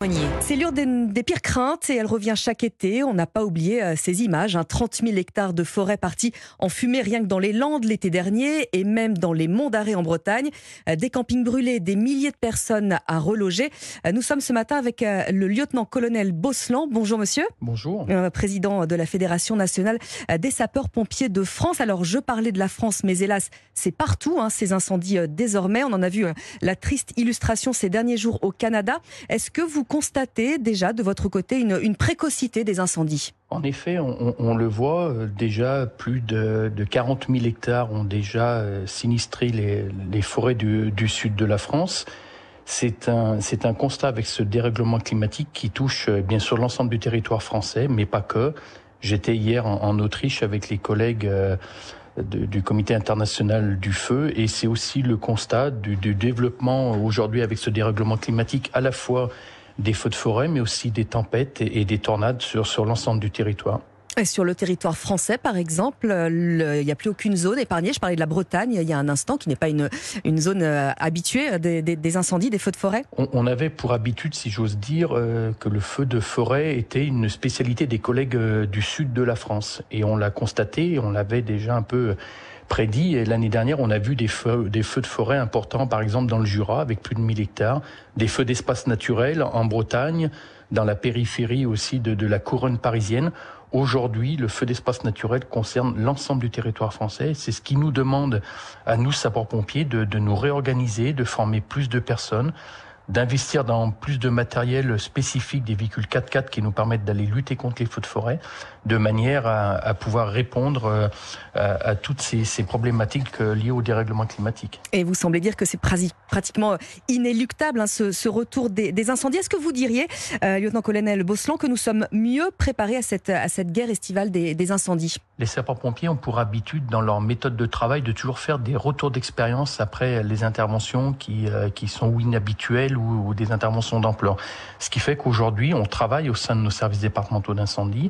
C'est l'une des pires craintes et elle revient chaque été. On n'a pas oublié ces images. 30 000 hectares de forêt partis en fumée rien que dans les Landes l'été dernier et même dans les Monts d'Arrée en Bretagne. Des campings brûlés, des milliers de personnes à reloger. Nous sommes ce matin avec le lieutenant-colonel Bosselan. Bonjour monsieur. Bonjour. Président de la Fédération nationale des sapeurs-pompiers de France. Alors je parlais de la France, mais hélas, c'est partout ces incendies désormais. On en a vu la triste illustration ces derniers jours au Canada. Est-ce que vous constatez déjà de votre côté une précocité des incendies ? En effet, on le voit déjà, plus de 40 000 hectares ont déjà sinistré les forêts du sud de la France. C'est un constat avec ce dérèglement climatique qui touche bien sûr l'ensemble du territoire français, mais pas que. J'étais hier en Autriche avec les collègues du Comité international du feu et c'est aussi le constat du développement aujourd'hui avec ce dérèglement climatique, à la fois des feux de forêt, mais aussi des tempêtes et des tornades sur l'ensemble du territoire. Et sur le territoire français, par exemple, il n'y a plus aucune zone épargnée. Je parlais de la Bretagne il y a un instant, qui n'est pas une zone habituée des incendies, des feux de forêt. On avait pour habitude, si j'ose dire, que le feu de forêt était une spécialité des collègues du sud de la France. Et on l'a constaté, on l'avait déjà un peu prédit. Et l'année dernière, on a vu des feux de forêt importants, par exemple dans le Jura, avec plus de 1000 hectares, des feux d'espace naturel en Bretagne, dans la périphérie aussi de la couronne parisienne. Aujourd'hui, le feu d'espace naturel concerne l'ensemble du territoire français. C'est ce qui nous demande, à nous, sapeurs-pompiers, de nous réorganiser, de former plus de personnes, d'investir dans plus de matériel spécifique, des véhicules 4x4 qui nous permettent d'aller lutter contre les feux de forêt, de manière à pouvoir répondre à toutes ces problématiques liées au dérèglement climatique. Et vous semblez dire que c'est pratiquement inéluctable ce retour des incendies. Est-ce que vous diriez, lieutenant-colonel Bosselan, que nous sommes mieux préparés à cette guerre estivale des incendies ? Les sapeurs-pompiers ont pour habitude, dans leur méthode de travail, de toujours faire des retours d'expérience après les interventions qui sont inhabituelles ou des interventions d'ampleur. Ce qui fait qu'aujourd'hui, on travaille au sein de nos services départementaux d'incendie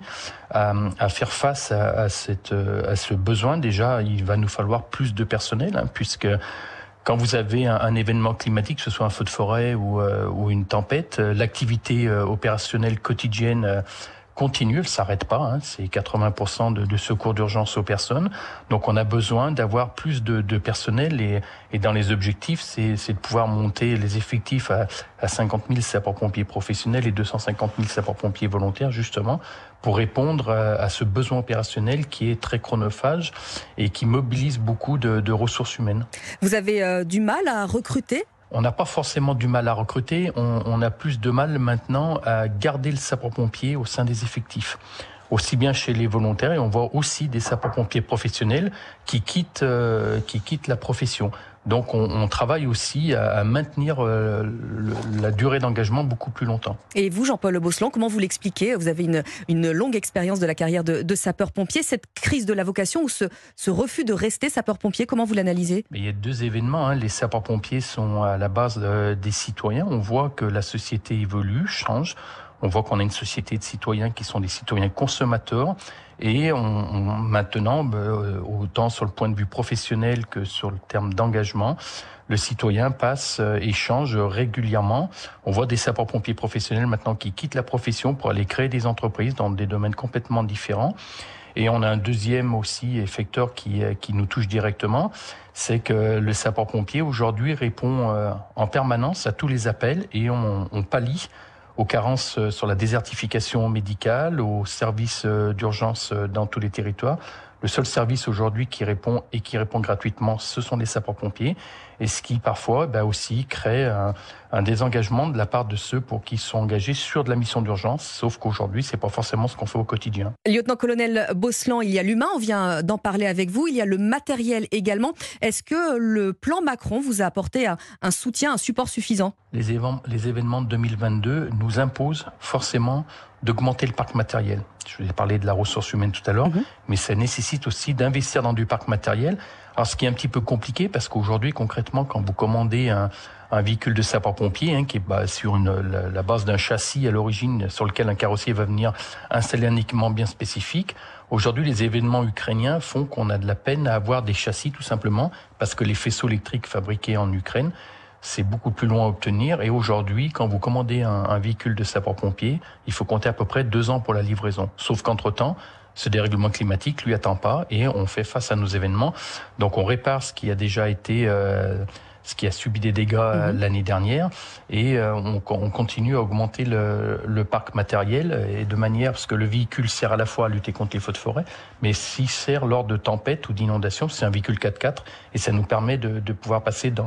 à faire face à ce besoin. Déjà, il va nous falloir plus de personnel, puisque quand vous avez un événement climatique, que ce soit un feu de forêt ou une tempête, l'activité opérationnelle quotidienne continue, elle ne s'arrête pas, c'est 80% de secours d'urgence aux personnes. Donc on a besoin d'avoir plus de personnel et dans les objectifs, c'est de pouvoir monter les effectifs à 50 000 sapeurs-pompiers professionnels et 250 000 sapeurs-pompiers volontaires, justement, pour répondre à ce besoin opérationnel qui est très chronophage et qui mobilise beaucoup de ressources humaines. Vous avez du mal à recruter ? On n'a pas forcément du mal à recruter, on a plus de mal maintenant à garder le sapeur-pompier au sein des effectifs. Aussi bien chez les volontaires, et on voit aussi des sapeurs-pompiers professionnels qui quittent la profession. Donc on travaille aussi à maintenir la durée d'engagement beaucoup plus longtemps. Et vous, Jean-Paul Bosselan, comment vous l'expliquez ? Vous avez une longue expérience de la carrière de sapeur-pompier. Cette crise de la vocation ou ce refus de rester sapeur-pompier, comment vous l'analysez ? Il y a deux événements. Les sapeurs-pompiers sont à la base des citoyens. On voit que la société évolue, change. On voit qu'on a une société de citoyens qui sont des citoyens consommateurs et maintenant, autant sur le point de vue professionnel que sur le terme d'engagement, le citoyen passe et change régulièrement. On voit des sapeurs-pompiers professionnels maintenant qui quittent la profession pour aller créer des entreprises dans des domaines complètement différents. Et on a un deuxième aussi effecteur qui nous touche directement, c'est que le sapeur-pompier aujourd'hui répond en permanence à tous les appels et on pallie aux carences sur la désertification médicale, aux services d'urgence dans tous les territoires. Le seul service aujourd'hui qui répond gratuitement, ce sont les sapeurs-pompiers. Et ce qui parfois aussi crée un désengagement de la part de ceux pour qui ils sont engagés sur de la mission d'urgence, sauf qu'aujourd'hui, c'est pas forcément ce qu'on fait au quotidien. Lieutenant-colonel Bosselan, il y a l'humain, on vient d'en parler avec vous, il y a le matériel également. Est-ce que le plan Macron vous a apporté un soutien, un support suffisant ? Les événements de 2022 nous imposent forcément d'augmenter le parc matériel. Je vous ai parlé de la ressource humaine tout à l'heure, mais ça nécessite aussi d'investir dans du parc matériel. Alors ce qui est un petit peu compliqué, parce qu'aujourd'hui, concrètement, quand vous commandez un véhicule de sapeur-pompier qui est sur la base d'un châssis à l'origine sur lequel un carrossier va venir installer un équipement bien spécifique, aujourd'hui les événements ukrainiens font qu'on a de la peine à avoir des châssis tout simplement, parce que les faisceaux électriques fabriqués en Ukraine c'est beaucoup plus long à obtenir. Et aujourd'hui, quand vous commandez un véhicule de sapeur-pompier, il faut compter à peu près 2 ans pour la livraison. Sauf qu'entre-temps, ce dérèglement climatique lui attend pas et on fait face à nos événements. Donc on répare ce qui a déjà été, ce qui a subi des dégâts l'année dernière et on continue à augmenter le parc matériel et de manière parce que le véhicule sert à la fois à lutter contre les feux de forêt, mais s'il sert lors de tempêtes ou d'inondations, c'est un véhicule 4x4 et ça nous permet de pouvoir passer dans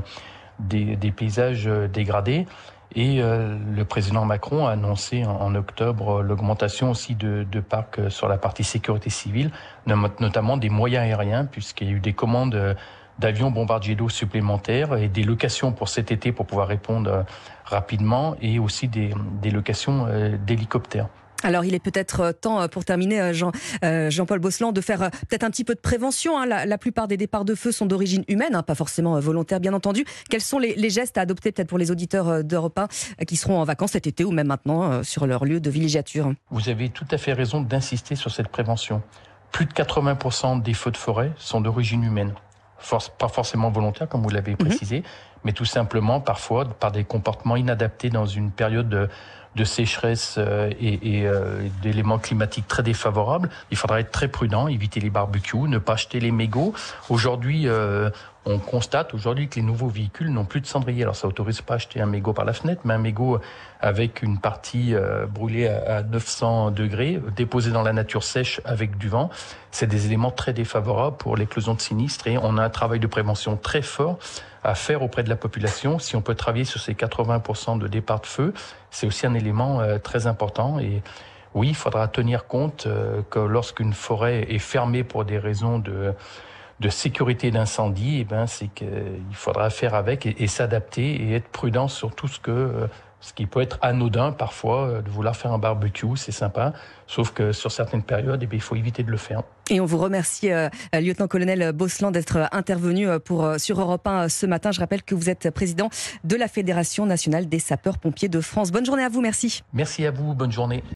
des paysages dégradés. Et le président Macron a annoncé en octobre l'augmentation aussi de parcs sur la partie sécurité civile, notamment des moyens aériens, puisqu'il y a eu des commandes d'avions bombardiers d'eau supplémentaires et des locations pour cet été pour pouvoir répondre rapidement et aussi des locations d'hélicoptères. Alors, il est peut-être temps, pour terminer, Jean-Paul Bosseland, de faire peut-être un petit peu de prévention. La plupart des départs de feu sont d'origine humaine, pas forcément volontaire, bien entendu. Quels sont les gestes à adopter peut-être pour les auditeurs d'Europe 1 qui seront en vacances cet été ou même maintenant sur leur lieu de villégiature? Vous avez tout à fait raison d'insister sur cette prévention. Plus de 80% des feux de forêt sont d'origine humaine. Pas forcément volontaire, comme vous l'avez précisé, mais tout simplement parfois par des comportements inadaptés dans une période de sécheresse et d'éléments climatiques très défavorables. Il faudra être très prudent, éviter les barbecues, ne pas acheter les mégots. Aujourd'hui, on constate que les nouveaux véhicules n'ont plus de cendrier. Alors ça autorise pas à acheter un mégot par la fenêtre, mais un mégot avec une partie brûlée à 900 degrés, déposé dans la nature sèche avec du vent. C'est des éléments très défavorables pour l'éclosion de sinistres et on a un travail de prévention très fort à faire auprès de la population. Si on peut travailler sur ces 80% de départ de feu, c'est aussi un élément très important. Et oui, il faudra tenir compte que lorsqu'une forêt est fermée pour des raisons de sécurité d'incendie, c'est qu'il faudra faire avec et s'adapter et être prudent sur tout ce qui peut être anodin parfois, de vouloir faire un barbecue, c'est sympa, sauf que sur certaines périodes, il faut éviter de le faire. Et on vous remercie, lieutenant-colonel Bosseland, d'être intervenu sur Europe 1 ce matin. Je rappelle que vous êtes président de la Fédération nationale des sapeurs-pompiers de France. Bonne journée à vous, merci. Merci à vous, bonne journée.